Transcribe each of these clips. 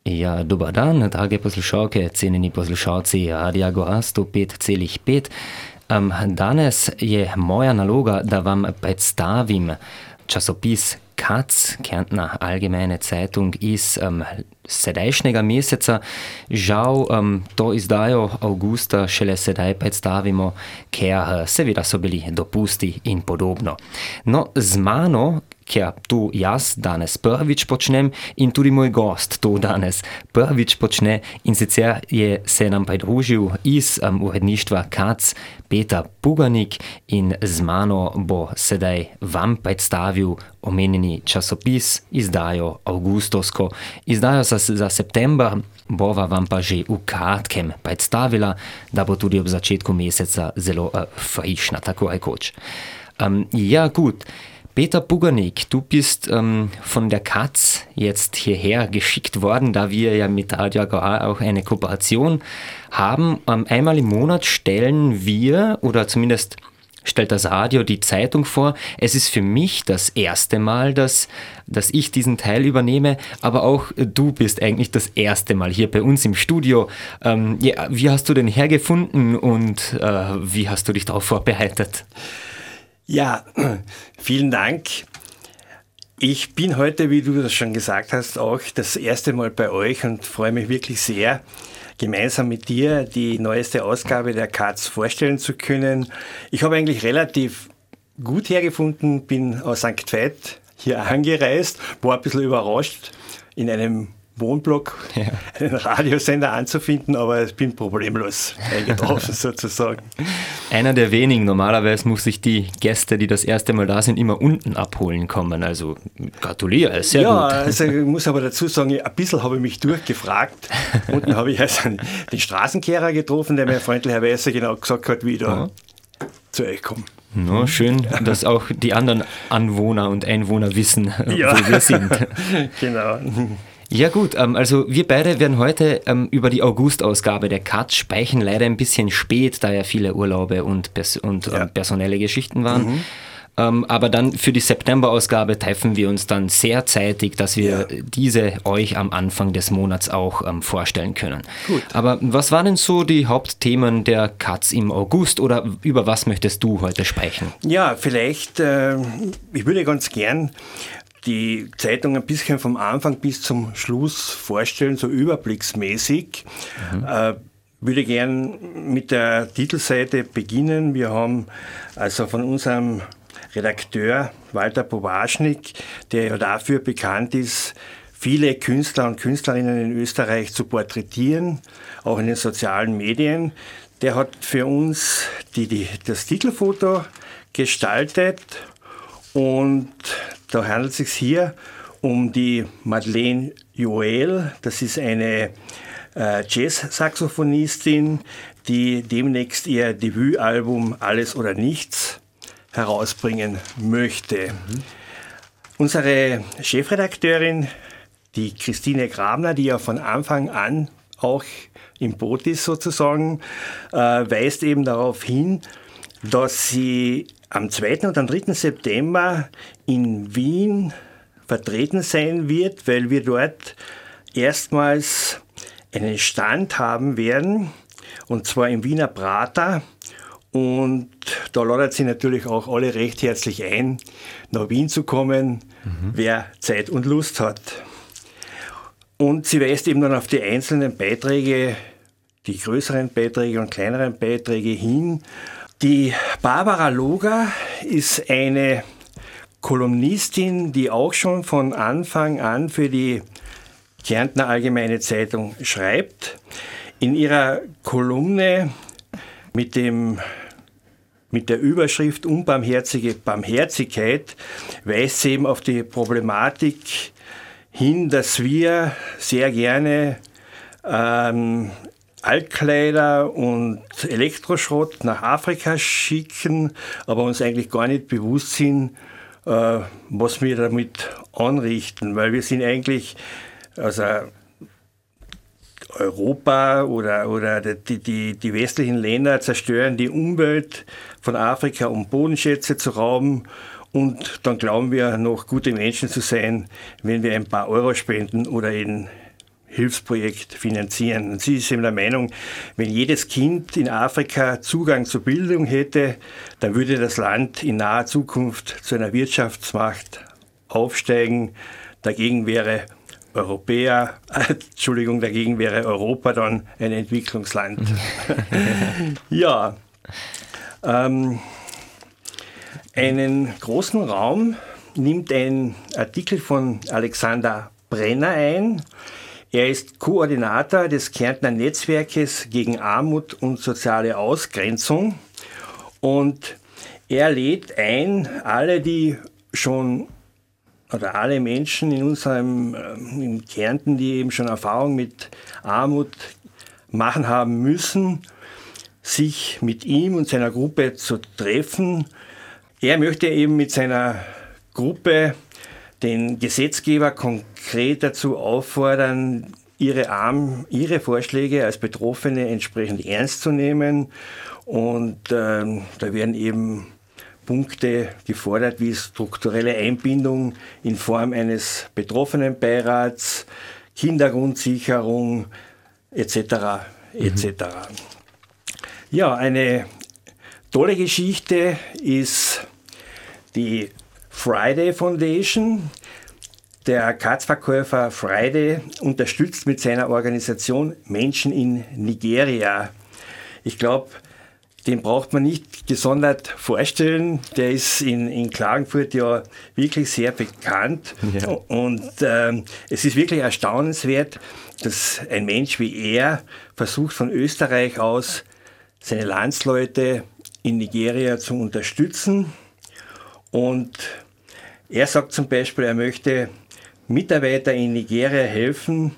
Ja, dobar dan, drage poslušalke, cenjeni poslušalci Radia Gora 105,5. Danes je moja naloga, da vam predstavim časopis KAC, Kärntner Allgemeine Zeitung, iz sedajšnjega meseca. Žal to izdajo avgusta šele sedaj predstavimo, ker seveda so bili dopusti in podobno. No, z mano, ker to jaz danes prvič počnem in tudi moj gost to danes prvič počne, in sicer se nam pridružil iz uredništva KAC Peter Puganik in z mano bo sedaj vam predstavil omenjeni časopis, izdajo avgustovsko. Izdajo za september bova vam pa že v kratkem predstavila, da bo tudi ob začetku meseca zelo frišna, tako rekoč. Ja, gut. Peter Puganik, du bist von der KAC jetzt hierher geschickt worden, da wir ja mit Radio Gora auch eine Kooperation haben. Einmal im Monat stellen wir, oder zumindest stellt das Radio die Zeitung vor. Es ist für mich das erste Mal, dass ich diesen Teil übernehme, aber auch du bist eigentlich das erste Mal hier bei uns im Studio. Ja, wie hast du denn hergefunden und wie hast du dich darauf vorbereitet? Ja, vielen Dank. Ich bin heute, wie du das schon gesagt hast, auch das erste Mal bei euch und freue mich wirklich sehr, gemeinsam mit dir die neueste Ausgabe der KAC vorstellen zu können. Ich habe eigentlich relativ gut hergefunden, bin aus St. Veit hier angereist, war ein bisschen überrascht, in einem Wohnblock einen Radiosender anzufinden, aber ich bin problemlos eingetroffen sozusagen. Einer der wenigen. Normalerweise muss ich die Gäste, die das erste Mal da sind, immer unten abholen kommen. Also gratuliere, sehr gut. Ja, also ich muss aber dazu sagen, ein bisschen habe ich mich durchgefragt. Unten habe ich also den Straßenkehrer getroffen, der mir freundlicherweise genau gesagt hat, wie ich da zu euch komme. No, schön, dass auch die anderen Anwohner und Einwohner wissen, wo wir sind. Genau. Ja gut, also wir beide werden heute über die August-Ausgabe der KAC sprechen, leider ein bisschen spät, da ja viele Urlaube und personelle Geschichten waren. Aber dann für die September-Ausgabe treffen wir uns dann sehr zeitig, dass wir diese euch am Anfang des Monats auch vorstellen können. Gut. Aber was waren denn so die Hauptthemen der KAC im August oder über was möchtest du heute sprechen? Ja, vielleicht, ich würde ganz gern die Zeitung ein bisschen vom Anfang bis zum Schluss vorstellen, so überblicksmäßig. Würde gern mit der Titelseite beginnen. Wir haben also von unserem Redakteur Walter Powaschnik, der ja dafür bekannt ist, viele Künstler und Künstlerinnen in Österreich zu porträtieren, auch in den sozialen Medien. Der hat für uns das Titelfoto gestaltet und da handelt es sich hier um die Madeleine Joel. Das ist eine Jazz-Saxophonistin, die demnächst ihr Debütalbum Alles oder Nichts herausbringen möchte. Unsere Chefredakteurin, die Christine Grabner, die ja von Anfang an auch im Boot ist sozusagen, weist eben darauf hin, dass sie am 2. und am 3. September in Wien vertreten sein wird, weil wir dort erstmals einen Stand haben werden, und zwar im Wiener Prater. Und da ladet sie natürlich auch alle recht herzlich ein, nach Wien zu kommen, wer Zeit und Lust hat. Und sie weist eben dann auf die einzelnen Beiträge, die größeren Beiträge und kleineren Beiträge hin. Die Barbara Loger ist eine Kolumnistin, die auch schon von Anfang an für die Kärntner Allgemeine Zeitung schreibt. In ihrer Kolumne mit der Überschrift Unbarmherzige Barmherzigkeit weist sie eben auf die Problematik hin, dass wir sehr gerne Altkleider und Elektroschrott nach Afrika schicken, aber uns eigentlich gar nicht bewusst sind, was wir damit anrichten, weil wir sind eigentlich, also Europa oder die westlichen Länder zerstören die Umwelt von Afrika, um Bodenschätze zu rauben, und dann glauben wir noch gute Menschen zu sein, wenn wir ein paar Euro spenden oder in Hilfsprojekt finanzieren. Und sie ist eben der Meinung, wenn jedes Kind in Afrika Zugang zur Bildung hätte, dann würde das Land in naher Zukunft zu einer Wirtschaftsmacht aufsteigen. Dagegen wäre Europa dann ein Entwicklungsland. Ja, einen großen Raum nimmt ein Artikel von Alexander Brenner ein. Er ist Koordinator des Kärntner Netzwerkes gegen Armut und soziale Ausgrenzung und er lädt ein, alle Menschen in Kärnten, die eben schon Erfahrung mit Armut machen haben müssen, sich mit ihm und seiner Gruppe zu treffen. Er möchte eben mit seiner Gruppe den Gesetzgeber konkret dazu auffordern, ihre Vorschläge als Betroffene entsprechend ernst zu nehmen. Und da werden eben Punkte gefordert wie strukturelle Einbindung in Form eines Betroffenenbeirats, Kindergrundsicherung etc. etc. Ja, eine tolle Geschichte ist die Friday Foundation. Der Katzverkäufer Friday unterstützt mit seiner Organisation Menschen in Nigeria. Ich glaube, den braucht man nicht gesondert vorstellen. Der ist in Klagenfurt ja wirklich sehr bekannt. Ja. Und es ist wirklich erstaunenswert, dass ein Mensch wie er versucht, von Österreich aus seine Landsleute in Nigeria zu unterstützen. Und er sagt zum Beispiel, er möchte Mitarbeiter in Nigeria helfen,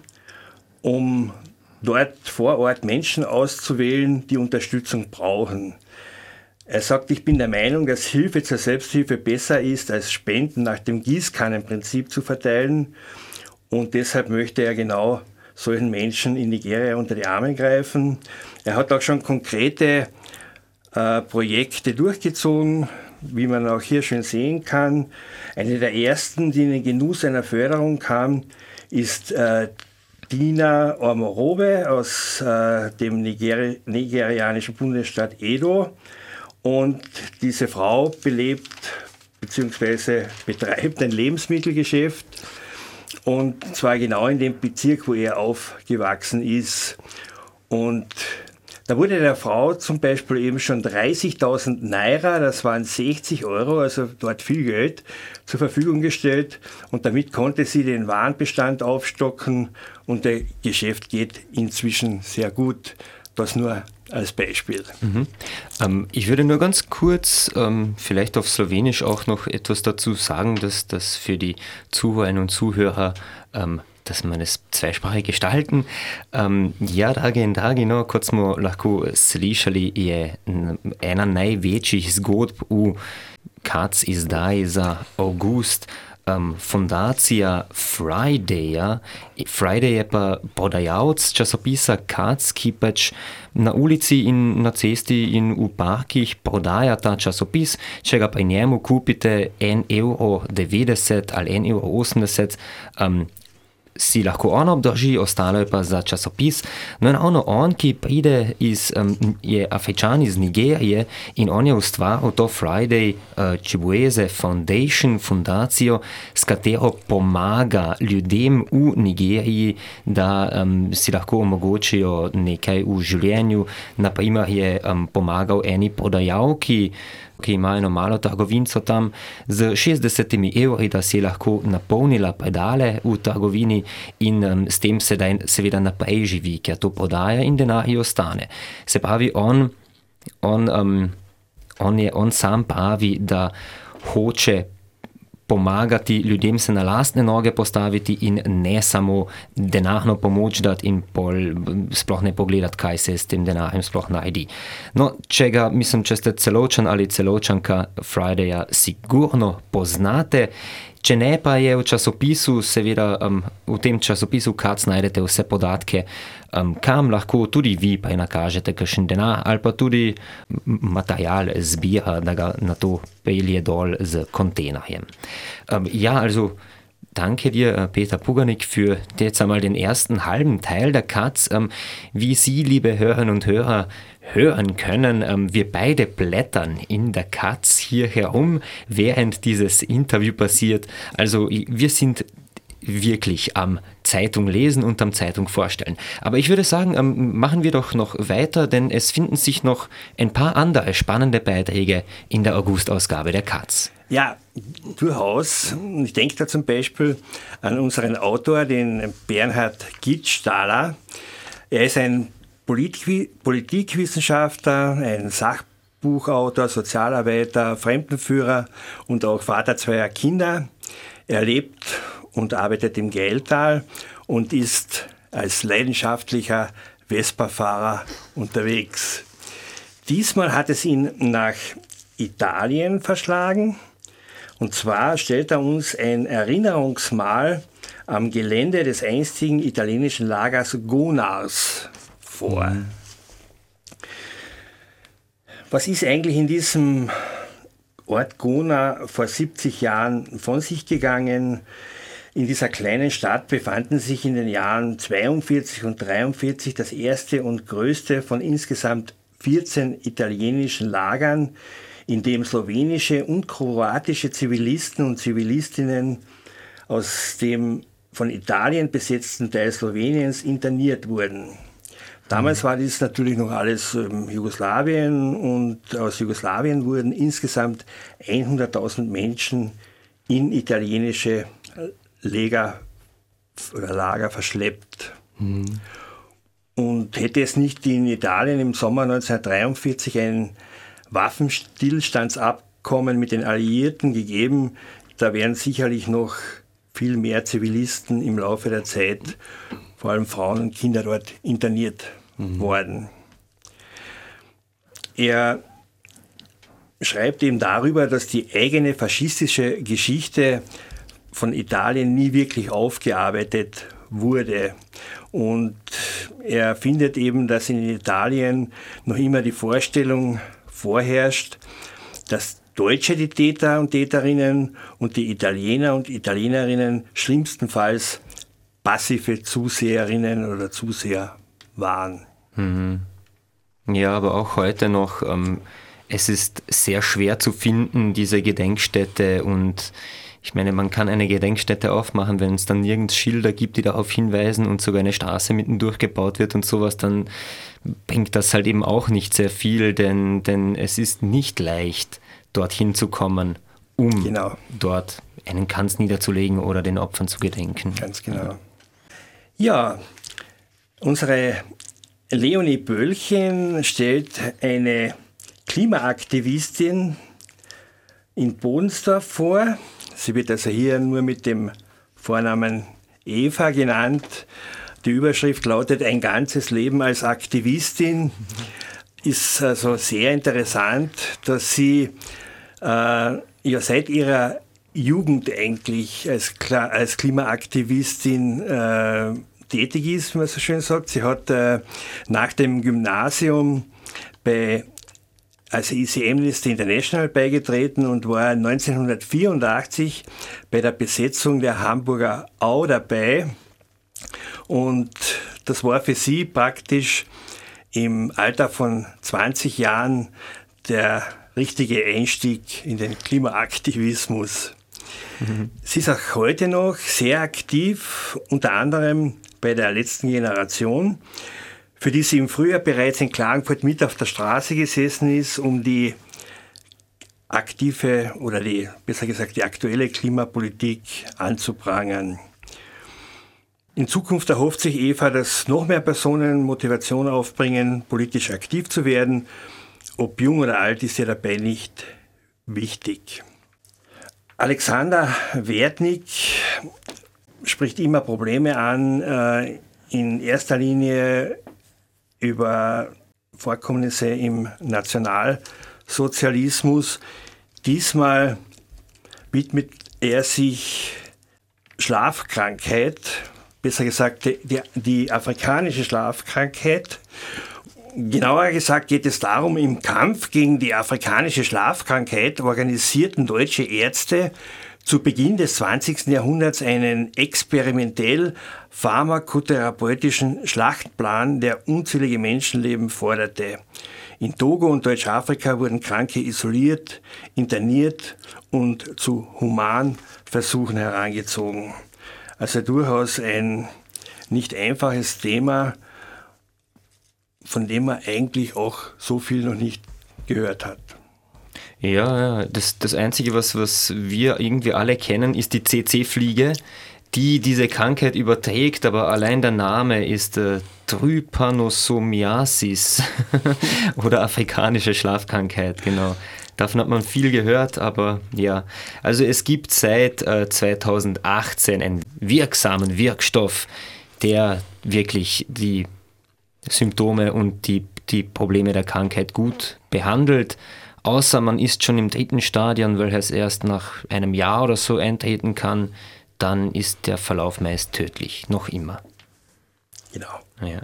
um dort vor Ort Menschen auszuwählen, die Unterstützung brauchen. Er sagt, ich bin der Meinung, dass Hilfe zur Selbsthilfe besser ist, als Spenden nach dem Gießkannenprinzip zu verteilen. Und deshalb möchte er genau solchen Menschen in Nigeria unter die Arme greifen. Er hat auch schon konkrete Projekte durchgezogen, wie man auch hier schön sehen kann. Eine der ersten, die in den Genuss einer Förderung kam, ist Dina Omorobe aus dem nigerianischen Bundesstaat Edo. Und diese Frau belebt bzw. betreibt ein Lebensmittelgeschäft. Und zwar genau in dem Bezirk, wo er aufgewachsen ist. Und da wurde der Frau zum Beispiel eben schon 30.000 Naira, das waren 60 Euro, also dort viel Geld, zur Verfügung gestellt. Und damit konnte sie den Warenbestand aufstocken und das Geschäft geht inzwischen sehr gut. Das nur als Beispiel. Ich würde nur ganz kurz vielleicht auf Slowenisch auch noch etwas dazu sagen, dass das für die Zuhörerinnen und Zuhörer dass man es zweisprachig gestalten. Ja, no, kot smo lahko slišali, je ena največjih zgodb v KAC izdaji za avgust fundacija Fridaya. Friday je pa podajalec časopisa KAC, ki pač na ulici in na cesti in v parkih prodaja ta časopis. Če ga pa njemu kupite 1,90 € ali 1,80 €, si lahko on obdrži, ostalo je pa za časopis. No in on, ki pride je Afričan iz Nigerije in on je ustvaril to Friday Chibueze Foundation, fundacijo, s katero pomaga ljudem v Nigeriji, da si lahko omogočijo nekaj v življenju. Naprimer je pomagal eni prodajalki, ki ima eno malo trgovinco tam, z 60 €, da si je lahko napolnila predale v trgovini in s tem sedaj seveda naprej živi, ker to prodaja in denar ji ostane. Se pravi, on sam pravi, da hoče pomagati ljudem se na lastne noge postaviti in ne samo denarno pomoč dati in sploh ne pogledati, kaj se s tem denarjem sploh naredi. No, če ste Celovčan ali Celovčanka Fridaya, sigurno poznate. Če ne, pa je v časopisu, seveda v tem časopisu KAC najdete vse podatke, kam lahko tudi vi pa nakažete kakšen denar ali pa tudi material zbira, da ga na to pelje dol z kontejnerjem. Ja, also danke dir, Peter Puganik, für jetzt einmal den ersten halben Teil der Katz. Wie Sie, liebe Hörerinnen und Hörer, hören können, wir beide blättern in der Katz hier herum, während dieses Interview passiert. Also wir sind wirklich am Zeitung lesen und am Zeitung vorstellen. Aber ich würde sagen, machen wir doch noch weiter, denn es finden sich noch ein paar andere spannende Beiträge in der Augustausgabe der Katz. Ja, durchaus. Ich denke da zum Beispiel an unseren Autor, den Bernhard Gittstahler. Er ist ein Politikwissenschaftler, ein Sachbuchautor, Sozialarbeiter, Fremdenführer und auch Vater zweier Kinder. Er lebt und arbeitet im Gailtal und ist als leidenschaftlicher Vespa-Fahrer unterwegs. Diesmal hat es ihn nach Italien verschlagen. Und zwar stellt er uns ein Erinnerungsmal am Gelände des einstigen italienischen Lagers Gonars vor. Was ist eigentlich in diesem Ort Gona vor 70 Jahren von sich gegangen? In dieser kleinen Stadt befanden sich in den Jahren 42 und 43 das erste und größte von insgesamt 14 italienischen Lagern, in dem slowenische und kroatische Zivilisten und Zivilistinnen aus dem von Italien besetzten Teil Sloweniens interniert wurden. Damals war dies natürlich noch alles Jugoslawien und aus Jugoslawien wurden insgesamt 100.000 Menschen in italienische Lager verschleppt. Und hätte es nicht in Italien im Sommer 1943 ein Waffenstillstandsabkommen mit den Alliierten gegeben, da wären sicherlich noch viel mehr Zivilisten im Laufe der Zeit, vor allem Frauen und Kinder, dort interniert worden. Er schreibt eben darüber, dass die eigene faschistische Geschichte von Italien nie wirklich aufgearbeitet wurde. Und er findet eben, dass in Italien noch immer die Vorstellung vorherrscht, dass Deutsche die Täter und Täterinnen und die Italiener und Italienerinnen schlimmstenfalls passive Zuseherinnen oder Zuseher waren. Ja, aber auch heute noch, es ist sehr schwer zu finden, diese Gedenkstätte, und ich meine, man kann eine Gedenkstätte aufmachen, wenn es dann nirgends Schilder gibt, die darauf hinweisen und sogar eine Straße mitten durchgebaut wird und sowas, dann bringt das halt eben auch nicht sehr viel, denn es ist nicht leicht, dorthin zu kommen, um dort einen Kranz niederzulegen oder den Opfern zu gedenken. Ganz genau. Ja, unsere Leonie Böllchen stellt eine Klimaaktivistin in Bodensdorf vor. Sie wird also hier nur mit dem Vornamen Eva genannt. Die Überschrift lautet "Ein ganzes Leben als Aktivistin". Ist also sehr interessant, dass sie seit ihrer Jugend eigentlich als Klimaaktivistin tätig ist, wie man so schön sagt. Sie hat nach dem Gymnasium als Amnesty International beigetreten und war 1984 bei der Besetzung der Hamburger Au dabei. Und das war für sie praktisch im Alter von 20 Jahren der richtige Einstieg in den Klimaaktivismus. Sie ist auch heute noch sehr aktiv, unter anderem bei der letzten Generation, für die sie im Frühjahr bereits in Klagenfurt mit auf der Straße gesessen ist, um die aktive oder die aktuelle Klimapolitik anzuprangern. In Zukunft erhofft sich Eva, dass noch mehr Personen Motivation aufbringen, politisch aktiv zu werden. Ob jung oder alt, ist ja dabei nicht wichtig. Alexander Wertnik spricht immer Probleme an, in erster Linie über Vorkommnisse im Nationalsozialismus. Diesmal widmet er sich Schlafkrankheit, besser gesagt die afrikanische Schlafkrankheit. Genauer gesagt geht es darum, im Kampf gegen die afrikanische Schlafkrankheit organisierten deutsche Ärzte zu Beginn des 20. Jahrhunderts einen experimentell pharmakotherapeutischen Schlachtplan, der unzählige Menschenleben forderte. In Togo und Deutschafrika wurden Kranke isoliert, interniert und zu Humanversuchen herangezogen. Also durchaus ein nicht einfaches Thema, von dem man eigentlich auch so viel noch nicht gehört hat. Ja, das Einzige, was wir irgendwie alle kennen, ist die CC-Fliege, die diese Krankheit überträgt, aber allein der Name ist Trypanosomiasis oder afrikanische Schlafkrankheit, genau. Davon hat man viel gehört, aber ja. Also es gibt seit 2018 einen wirksamen Wirkstoff, der wirklich die Symptome und die Probleme der Krankheit gut behandelt. Außer man ist schon im 3. Stadion, welches erst nach einem Jahr oder so eintreten kann, dann ist der Verlauf meist tödlich, noch immer. Genau. Ja.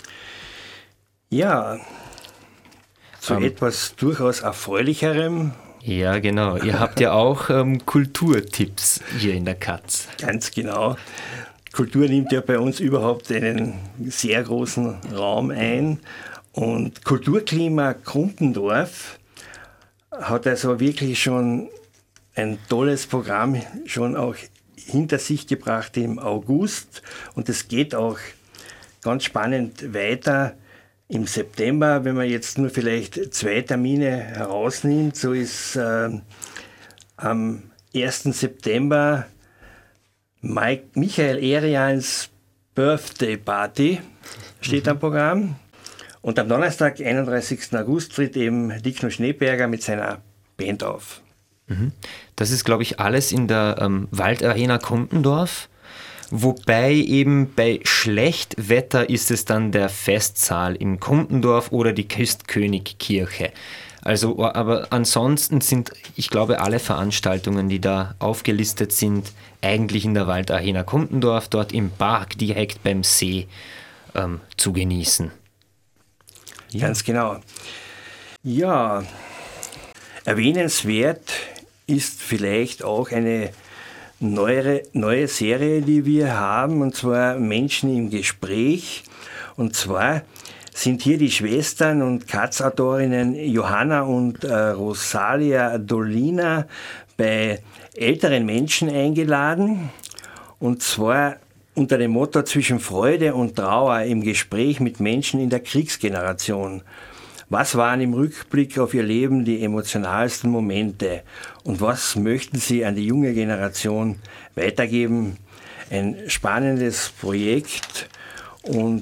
Ja, zu etwas durchaus Erfreulicherem. Ja, genau. Ihr habt ja auch Kulturtipps hier in der Katz. Ganz genau. Kultur nimmt ja bei uns überhaupt einen sehr großen Raum ein. Und Kulturklima Krumpendorf hat also wirklich schon ein tolles Programm schon auch hinter sich gebracht im August. Und es geht auch ganz spannend weiter im September, wenn man jetzt nur vielleicht 2 Termine herausnimmt. So ist am 1. September Michael Erians Birthday Party steht am Programm. Und am Donnerstag, 31. August, tritt eben Dino Schneeberger mit seiner Band auf. Das ist, glaube ich, alles in der Waldarena Krumpendorf. Wobei eben bei Schlechtwetter ist es dann der Festsaal in Krumpendorf oder die Christkönigkirche. Also, aber ansonsten sind, ich glaube, alle Veranstaltungen, die da aufgelistet sind, eigentlich in der Waldarena Krumpendorf, dort im Park direkt beim See zu genießen. Ja. Ganz genau. Ja, erwähnenswert ist vielleicht auch eine neue Serie, die wir haben, und zwar Menschen im Gespräch. Und zwar sind hier die Schwestern und Katzautorinnen Johanna und Rosalia Dolina bei älteren Menschen eingeladen. Und zwar unter dem Motto zwischen Freude und Trauer im Gespräch mit Menschen in der Kriegsgeneration. Was waren im Rückblick auf ihr Leben die emotionalsten Momente und was möchten sie an die junge Generation weitergeben? Ein spannendes Projekt und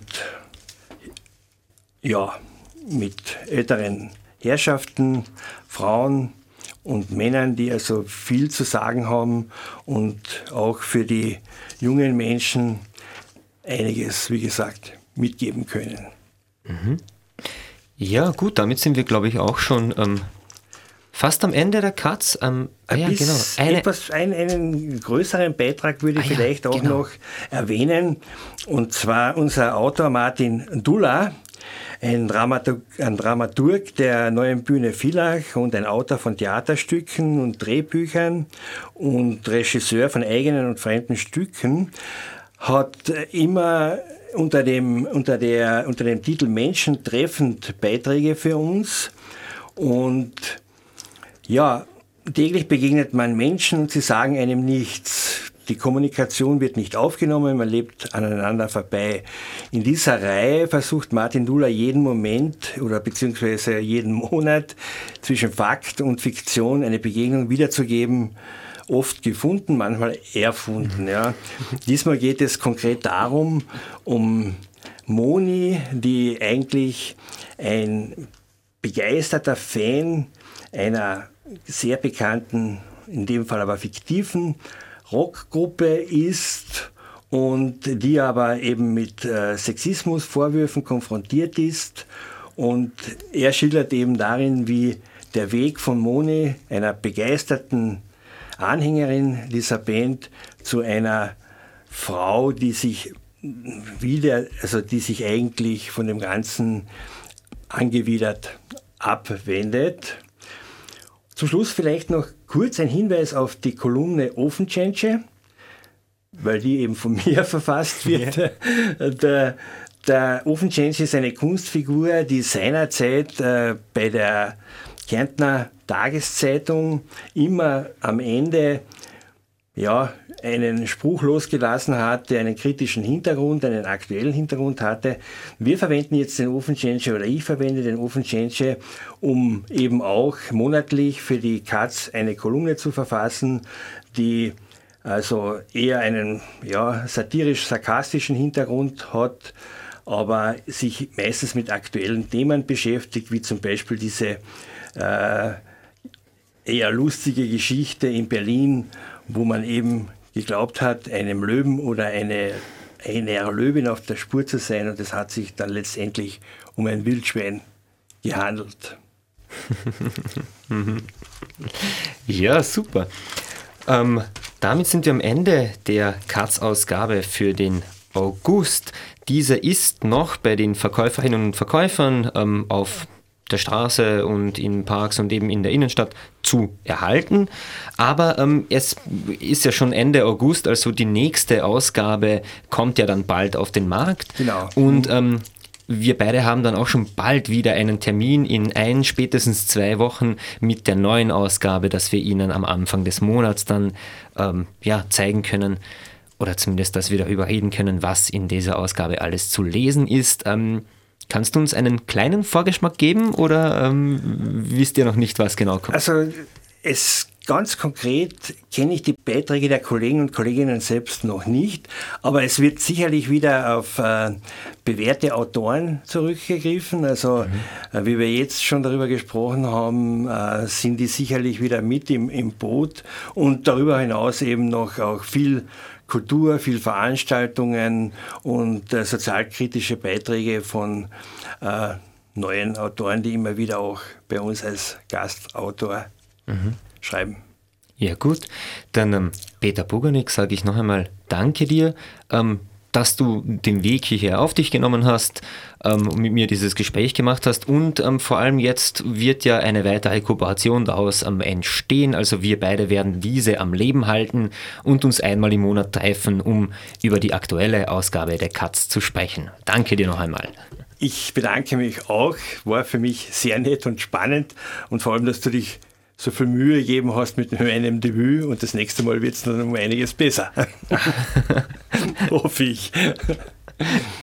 ja, mit älteren Herrschaften, Frauen und Männern, die also viel zu sagen haben und auch für die jungen Menschen einiges, wie gesagt, mitgeben können. Mhm. Ja, gut, damit sind wir, glaube ich, auch schon fast am Ende der Katz. Einen größeren Beitrag würde ich vielleicht auch noch erwähnen. Und zwar unser Autor Martin Dula, ein Dramaturg der Neuen Bühne Villach und ein Autor von Theaterstücken und Drehbüchern und Regisseur von eigenen und fremden Stücken, hat immer unter dem Titel Menschen treffend Beiträge für uns. Und ja, täglich begegnet man Menschen und sie sagen einem nichts. Die Kommunikation wird nicht aufgenommen, man lebt aneinander vorbei. In dieser Reihe versucht Martin Dula jeden Moment oder beziehungsweise jeden Monat zwischen Fakt und Fiktion eine Begegnung wiederzugeben, oft gefunden, manchmal erfunden. Ja. Diesmal geht es konkret darum, um Moni, die eigentlich ein begeisterter Fan einer sehr bekannten, in dem Fall aber fiktiven Rockgruppe ist und die aber eben mit Sexismusvorwürfen konfrontiert ist. Und er schildert eben darin, wie der Weg von Moni, einer begeisterten Anhängerin dieser Band, zu einer Frau, die sich eigentlich von dem Ganzen angewidert abwendet. Zum Schluss vielleicht noch kurz ein Hinweis auf die Kolumne Ofentschentsche, weil die eben von mir verfasst wird. Ja. Der Ofentschentsche ist eine Kunstfigur, die seinerzeit bei der Kärntner Tageszeitung immer am Ende einen Spruch losgelassen hat, der einen kritischen Hintergrund, einen aktuellen Hintergrund hatte. Wir verwenden jetzt den Ofentschentsche, oder ich verwende den Ofentschentsche, um eben auch monatlich für die Katz eine Kolumne zu verfassen, die also eher einen satirisch-sarkastischen Hintergrund hat, aber sich meistens mit aktuellen Themen beschäftigt, wie zum Beispiel diese eher lustige Geschichte in Berlin, wo man eben geglaubt hat, einem Löwen oder einer Löwin auf der Spur zu sein, und es hat sich dann letztendlich um ein Wildschwein gehandelt. Ja, super. Damit sind wir am Ende der Katz-Ausgabe für den August. Diese ist noch bei den Verkäuferinnen und Verkäufern auf der Straße und in Parks und eben in der Innenstadt zu erhalten. Aber es ist ja schon Ende August, also die nächste Ausgabe kommt ja dann bald auf den Markt. Genau. Und wir beide haben dann auch schon bald wieder einen Termin in spätestens 2 Wochen mit der neuen Ausgabe, dass wir Ihnen am Anfang des Monats dann zeigen können, oder zumindest, dass wir darüber reden können, was in dieser Ausgabe alles zu lesen ist. Kannst du uns einen kleinen Vorgeschmack geben, oder wisst ihr noch nicht, was genau kommt? Also ganz konkret kenne ich die Beiträge der Kollegen und Kolleginnen selbst noch nicht, aber es wird sicherlich wieder auf bewährte Autoren zurückgegriffen. Also wie wir jetzt schon darüber gesprochen haben, sind die sicherlich wieder mit im Boot, und darüber hinaus eben noch auch viel Kultur, viel Veranstaltungen und sozialkritische Beiträge von neuen Autoren, die immer wieder auch bei uns als Gastautor schreiben. Ja gut, dann Peter Boganik, sage ich noch einmal danke dir, dass du den Weg hierher auf dich genommen hast, mit mir dieses Gespräch gemacht hast, und vor allem jetzt wird ja eine weitere Kooperation daraus entstehen. Also wir beide werden diese am Leben halten und uns einmal im Monat treffen, um über die aktuelle Ausgabe der Katz zu sprechen. Danke dir noch einmal. Ich bedanke mich auch, war für mich sehr nett und spannend, und vor allem, dass du dich so viel Mühe gegeben hast mit meinem Debüt, und das nächste Mal wird es dann um einiges besser. Hoffe ich.